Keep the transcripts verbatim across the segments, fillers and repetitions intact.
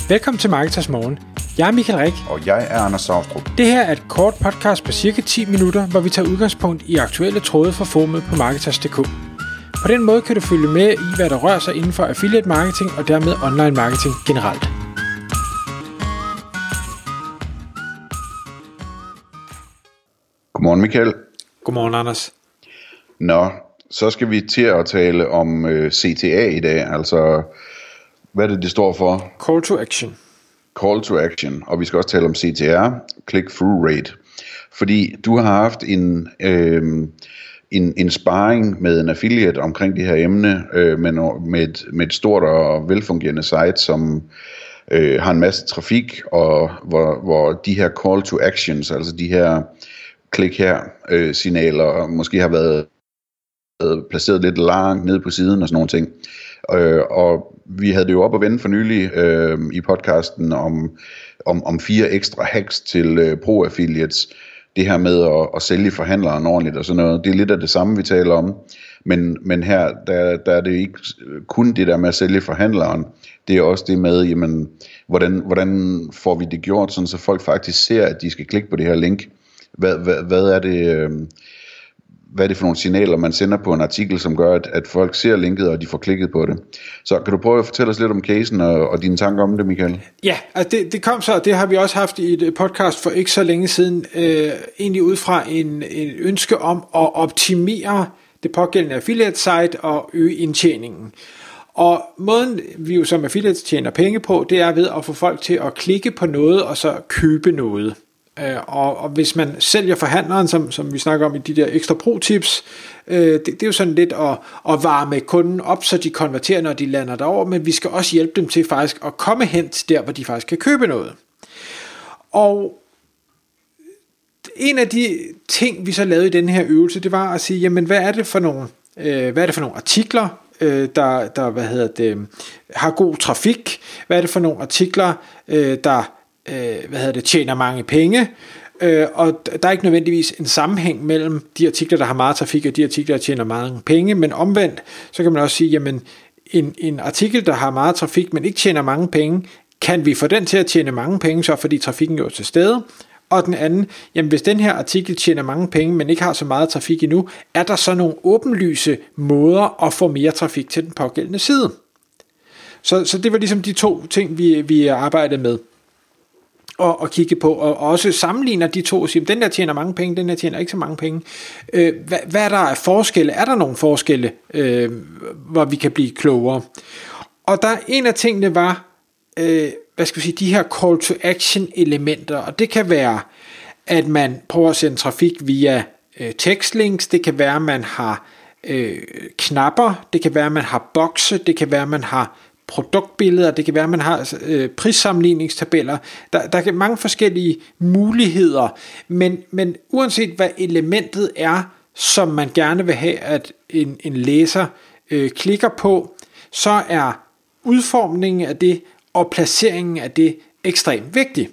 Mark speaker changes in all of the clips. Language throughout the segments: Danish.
Speaker 1: Velkommen til Marketers Morgen. Jeg er Michael Rik.
Speaker 2: Og jeg er Anders Saustrup.
Speaker 1: Det her er et kort podcast på cirka ti minutter, hvor vi tager udgangspunkt i aktuelle tråde fra forumet på Marketers punktum d k. På den måde kan du følge med i, hvad der rører sig inden for affiliate marketing og dermed online marketing generelt.
Speaker 2: Godmorgen Michael.
Speaker 1: Godmorgen Anders.
Speaker 2: Nå, så skal vi til at tale om øh, C T A i dag, altså hvad det, det står for?
Speaker 1: Call to action.
Speaker 2: Call to action, og vi skal også tale om C T R, click-through rate. Fordi du har haft en, øh, en, en sparring med en affiliate omkring det her emne, øh, med, med, et, med et stort og velfungerende site, som øh, har en masse trafik, og hvor, hvor de her call to actions, altså de her klik her øh, signaler, måske har været placeret lidt langt nede på siden og sådan nogle ting. Øh, og vi havde det jo op at vende for nylig øh, i podcasten om, om, om fire ekstra hacks til øh, pro-affiliates. Det her med at, at sælge forhandleren ordentligt og sådan noget. Det er lidt af det samme, vi taler om. Men, men her, der, der er det ikke kun det der med at sælge forhandleren. Det er også det med, jamen, hvordan, hvordan får vi det gjort, sådan så folk faktisk ser, at de skal klikke på det her link. Hvad, hvad, hvad er det... Øh, Hvad er det for nogle signaler, man sender på en artikel, som gør, at, at folk ser linket, og de får klikket på det. Så kan du prøve at fortælle os lidt om casen og, og dine tanker om det, Michael?
Speaker 1: Ja, altså det, det kom så, og det har vi også haft i et podcast for ikke så længe siden, øh, egentlig ud fra en, en ønske om at optimere det pågældende affiliate site og øge indtjeningen. Og måden vi jo som affiliates tjener penge på, det er ved at få folk til at klikke på noget, og så købe noget. Og, og hvis man sælger forhandleren, som, som vi snakker om i de der ekstra pro-tips, øh, det, det er jo sådan lidt at, at varme kunden op, så de konverterer, når de lander derover, men vi skal også hjælpe dem til faktisk at komme hen til der, hvor de faktisk kan købe noget. Og en af de ting, vi så lavede i den her øvelse, det var at sige, jamen hvad er det for nogle, øh, hvad er det for nogle artikler, øh, der, der hvad hedder det, har god trafik, hvad er det for nogle artikler, øh, der hvad hedder det, tjener mange penge, øh, og der er ikke nødvendigvis en sammenhæng mellem de artikler, der har meget trafik, og de artikler, der tjener mange penge, men omvendt, så kan man også sige, jamen, en, en artikel, der har meget trafik, men ikke tjener mange penge, kan vi få den til at tjene mange penge, så fordi trafikken jo er til stede, og den anden, jamen hvis den her artikel tjener mange penge, men ikke har så meget trafik endnu, er der så nogle åbenlyse måder at få mere trafik til den pågældende side. Så, så det var ligesom de to ting, vi, vi arbejdede med. Og, og kigge på, og også sammenligner de to og sige, den der tjener mange penge, den der tjener ikke så mange penge. Øh, hvad, hvad er der af forskelle? Er der nogle forskelle, øh, hvor vi kan blive klogere? Og der en af tingene var, øh, hvad skal vi sige, de her call to action elementer, og det kan være, at man prøver at sende trafik via øh, tekstlinks, det kan være, at man har øh, knapper, det kan være, at man har bokse, det kan være, at man har produktbilleder, det kan være, at man har øh, prissammenligningstabeller, der, der er mange forskellige muligheder, men, men uanset hvad elementet er, som man gerne vil have, at en, en læser øh, klikker på, så er udformningen af det og placeringen af det ekstremt vigtig.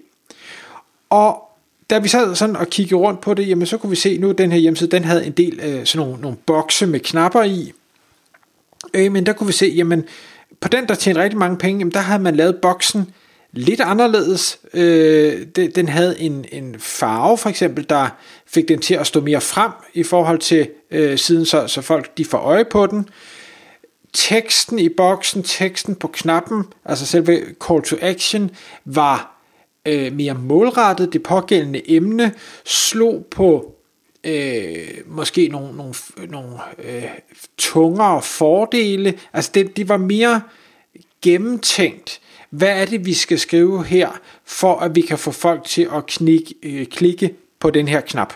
Speaker 1: Og da vi sad sådan og kiggede rundt på det, jamen så kunne vi se nu, den her hjemmeside, den havde en del øh, sådan nogle, nogle bokse med knapper i, øh, men der kunne vi se, jamen på den, der tjener rigtig mange penge, jamen der havde man lavet boksen lidt anderledes. Øh, det, den havde en, en farve, for eksempel, der fik den til at stå mere frem i forhold til øh, siden, så, så folk de får øje på den. Teksten i boksen, teksten på knappen, altså selve call to action, var øh, mere målrettet. Det pågældende emne slog på Øh, måske nogle, nogle, nogle øh, tungere fordele, altså det, det var mere gennemtænkt. Hvad er det vi skal skrive her, for at vi kan få folk til at knik, øh, klikke på den her knap?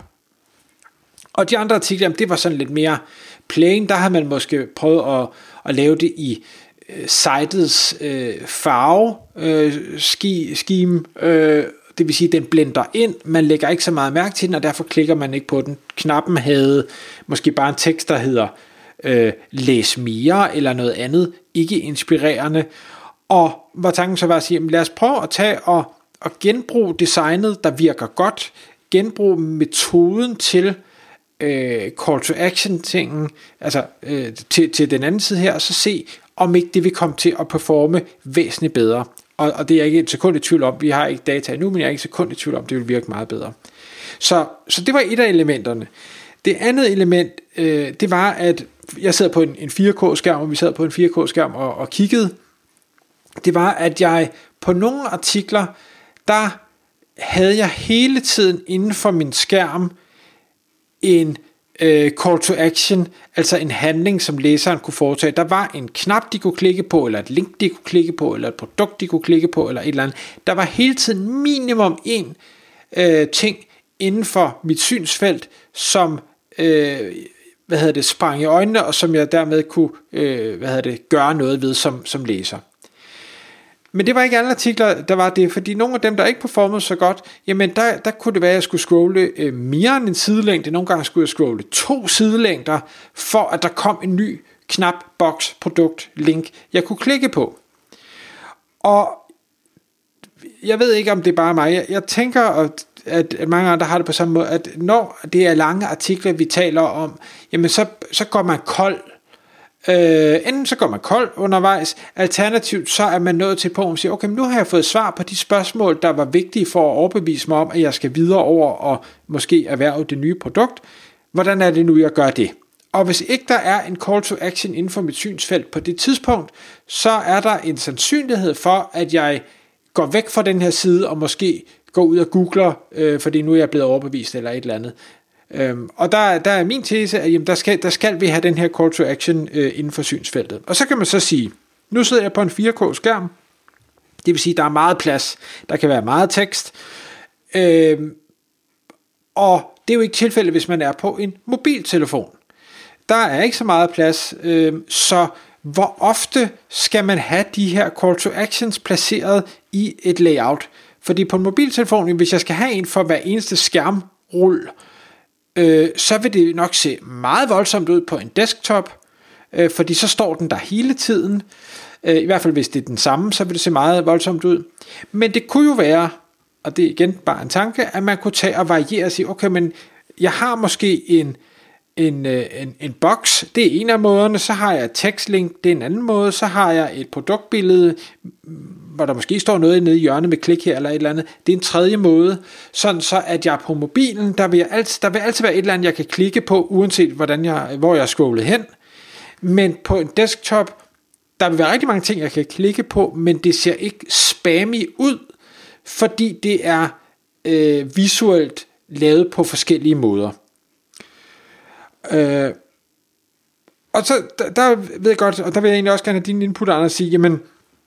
Speaker 1: Og de andre artikler, det var sådan lidt mere plain. Der har man måske prøvet at, at lave det i øh, sitets øh, farve øh, ski, scheme, øh, det vil sige, at den blender ind, man lægger ikke så meget mærke til den, og derfor klikker man ikke på den. Knappen havde måske bare en tekst, der hedder øh, læs mere, eller noget andet, ikke inspirerende. Og hvor tanken så var at sige, jamen, lad os prøve at tage og, og genbruge designet, der virker godt, genbruge metoden til øh, call to action tingen, altså øh, til, til den anden side her, og så se, om ikke det vil komme til at performe væsentligt bedre. Og, og det er jeg ikke et sekund i tvivl om. Vi har ikke data endnu, men jeg er ikke et sekund i tvivl om, det vil virke meget bedre. Så, så det var et af elementerne. Det andet element, øh, det var, at jeg sad på en, en fire K-skærm, og vi sad på en fire K-skærm og, og kiggede. Det var, at jeg på nogle artikler, der havde jeg hele tiden inden for min skærm en øh, call to action, altså en handling, som læseren kunne foretage. Der var en knap, de kunne klikke på, eller et link, de kunne klikke på, eller et produkt, de kunne klikke på, eller et eller andet. Der var hele tiden minimum en øh, ting inden for mit synsfelt, som øh, hvad hedder det, sprang i øjnene, og som jeg dermed kunne øh, hvad hedder det, gøre noget ved som, som læser. Men det var ikke alle artikler, der var det, fordi nogle af dem, der ikke performede så godt, jamen der, der kunne det være, at jeg skulle scrolle øh, mere end en sidelængde. Nogle gange skulle jeg scrolle to sidelængder, for at der kom en ny knap, boks, produkt, link, jeg kunne klikke på. Og jeg ved ikke, om det er bare mig. Jeg, jeg tænker, at, at mange andre har det på samme måde, at når det er lange artikler, vi taler om, jamen så, så går man kold. Øh, enten så går man kold undervejs, alternativt så er man nået til et punkt, hvor man siger, okay, men nu har jeg fået svar på de spørgsmål, der var vigtige for at overbevise mig om, at jeg skal videre over og måske erhverve det nye produkt. Hvordan er det nu, jeg gør det? Og hvis ikke der er en call to action inden for mit synsfelt på det tidspunkt, så er der en sandsynlighed for, at jeg går væk fra den her side og måske går ud og googler, øh, fordi nu er jeg blevet overbevist eller et eller andet. Øhm, og der, der er min tese, at jamen, der, skal, der skal vi have den her call to action øh, inden for synsfeltet. Og så kan man så sige, nu sidder jeg på en fire K skærm, det vil sige, der er meget plads, der kan være meget tekst, øhm, og det er jo ikke tilfældet, hvis man er på en mobiltelefon. Der er ikke så meget plads, øhm, så hvor ofte skal man have de her call to actions placeret i et layout? Fordi på en mobiltelefon, hvis jeg skal have en for hver eneste skærmrulle, øh, så vil det nok se meget voldsomt ud på en desktop, øh, fordi så står den der hele tiden. Øh, I hvert fald hvis det er den samme, så vil det se meget voldsomt ud. Men det kunne jo være, og det er igen bare en tanke, at man kunne tage og variere og sige, okay, men jeg har måske en En, en, en boks, det er en af måderne, så har jeg et tekstlink, det er en anden måde, så har jeg et produktbillede, hvor der måske står noget nede i hjørnet med klik her eller et eller andet, det er en tredje måde, sådan så at jeg på mobilen, der vil, jeg altid, der vil altid være et eller andet, jeg kan klikke på, uanset hvordan jeg, hvor jeg er scrollet hen, men på en desktop, der vil være rigtig mange ting, jeg kan klikke på, men det ser ikke spammy ud, fordi det er øh, visuelt lavet på forskellige måder. Øh, og så der, der ved jeg godt, og der vil jeg egentlig også gerne have din input, Anders, sige, jamen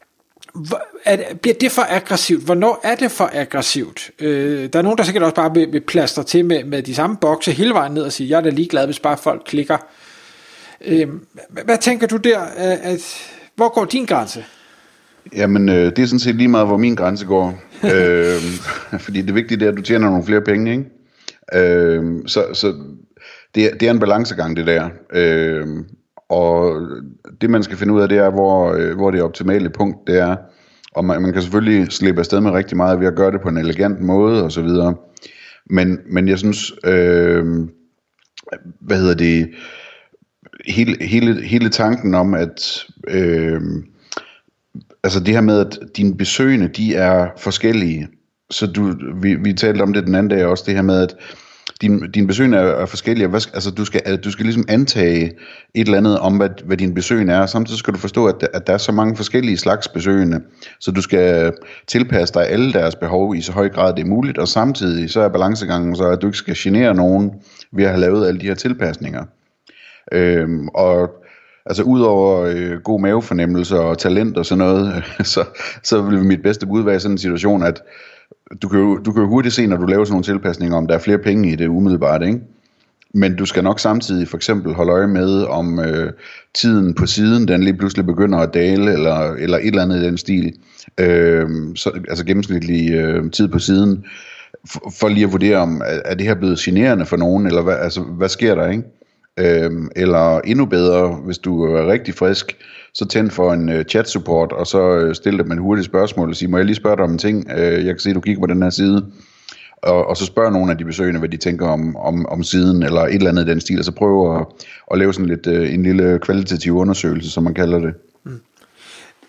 Speaker 1: er, bliver det for aggressivt? Hvornår er det for aggressivt? Øh, der er nogen, der sikkert også bare vil, vil plaster til med, med de samme bokse hele vejen ned og sige, jeg er da ligeglad, hvis bare folk klikker. Øh, hvad, hvad tænker du der? At, hvor går din grænse?
Speaker 2: Jamen, øh, det er sådan set lige meget, hvor min grænse går. øh, fordi det vigtige er, at du tjener nogle flere penge, ikke? Øh, så, så det, er, det er en balancegang, det der. Øh, og det, man skal finde ud af, det er, hvor, øh, hvor det optimale punkt det er. Og man, man kan selvfølgelig slippe afsted med rigtig meget ved at gøre det på en elegant måde, og så videre. Men, men jeg synes, øh, hvad hedder det, hele, hele, hele tanken om, at øh, altså det her med, at dine besøgende, de er forskellige. Så du, vi, vi talte om det den anden dag også, det her med, at din, dine besøgende er, er forskellige. Hvad, altså du skal, du skal ligesom antage et eller andet om, hvad, hvad dine besøgende er. Samtidig skal du forstå, at, at der er så mange forskellige slags besøgende, så du skal tilpasse dig alle deres behov i så høj grad det er muligt, og samtidig så er balancegangen så, at du ikke skal genere nogen ved at have lavet alle de her tilpasninger. Øhm, og altså udover øh, god mavefornemmelse og talent og sådan noget, så, så vil mit bedste bud være i sådan en situation, at du kan, jo, du kan jo hurtigt se, når du laver sådan nogle tilpasninger, om der er flere penge i det umiddelbart, ikke? Men du skal nok samtidig for eksempel holde øje med, om øh, tiden på siden, den lige pludselig begynder at dale, eller, eller et eller andet i den stil. Øh, så, altså gennemsnitlig øh, tid på siden, for, for lige at vurdere, om er, er det her blevet generende for nogen, eller hvad, altså, hvad sker der, ikke? Øhm, eller endnu bedre, hvis du er rigtig frisk, så tænd for en uh, chat support, og så uh, stille dem en hurtigt spørgsmål og sige, må jeg lige spørge dig om en ting? Uh, jeg kan se, du kigger på den her side, og, og så spørg nogle af de besøgende, hvad de tænker om, om, om siden, eller et eller andet i den stil, og så prøve at, at lave sådan lidt uh, en lille kvalitativ undersøgelse, som man kalder det. Mm.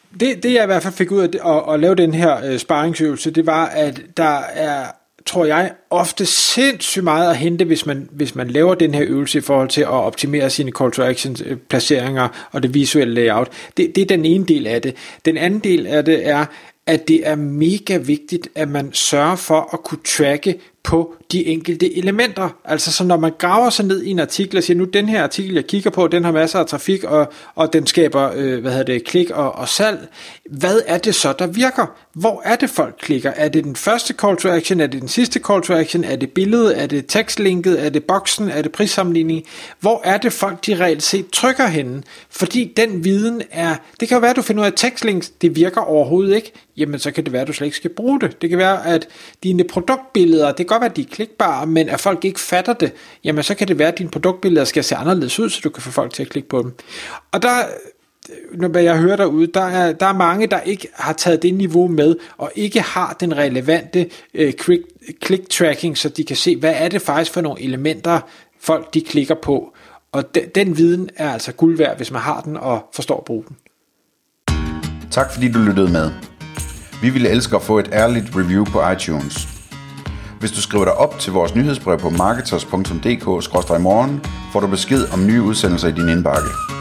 Speaker 1: det, det jeg i hvert fald fik ud af det, at, at lave den her øh, sparringsøvelse, det var, at der er, tror jeg, ofte sindssygt meget at hente, hvis man, hvis man laver den her øvelse i forhold til at optimere sine call to action placeringer og det visuelle layout. Det, det er den ene del af det. Den anden del af det er, at det er mega vigtigt, at man sørger for at kunne tracke på de enkelte elementer. Altså så når man graver sig ned i en artikel og siger, nu den her artikel, jeg kigger på, den har masser af trafik, og, og den skaber øh, hvad hedder det, klik og, og salg. Hvad er det så, der virker? Hvor er det, folk klikker? Er det den første call to action? Er det den sidste call to action? Er det billedet? Er det tekstlinket? Er det boksen? Er det prissammenligning? Hvor er det, folk de reelt set trykker henne? Fordi den viden er... Det kan jo være, at du finder ud af, at tekstlinks, det virker overhovedet ikke. Jamen, så kan det være, at du slet ikke skal bruge det. Det kan være, at dine produktbilleder, det kan godt være, at de er klikbare, men at folk ikke fatter det, jamen så kan det være, at dine produktbilleder skal se anderledes ud, så du kan få folk til at klikke på dem. Og der, når jeg hører derude, der er, der er mange, der ikke har taget det niveau med, og ikke har den relevante øh, click-tracking, så de kan se, hvad er det faktisk for nogle elementer, folk de klikker på. Og de, den viden er altså guld værd, hvis man har den og forstår at bruge den.
Speaker 2: Tak fordi du lyttede med. Vi ville elske at få et ærligt review på iTunes. Hvis du skriver dig op til vores nyhedsbrev på marketers punktum d k skråstreg morgen, får du besked om nye udsendelser i din indbakke.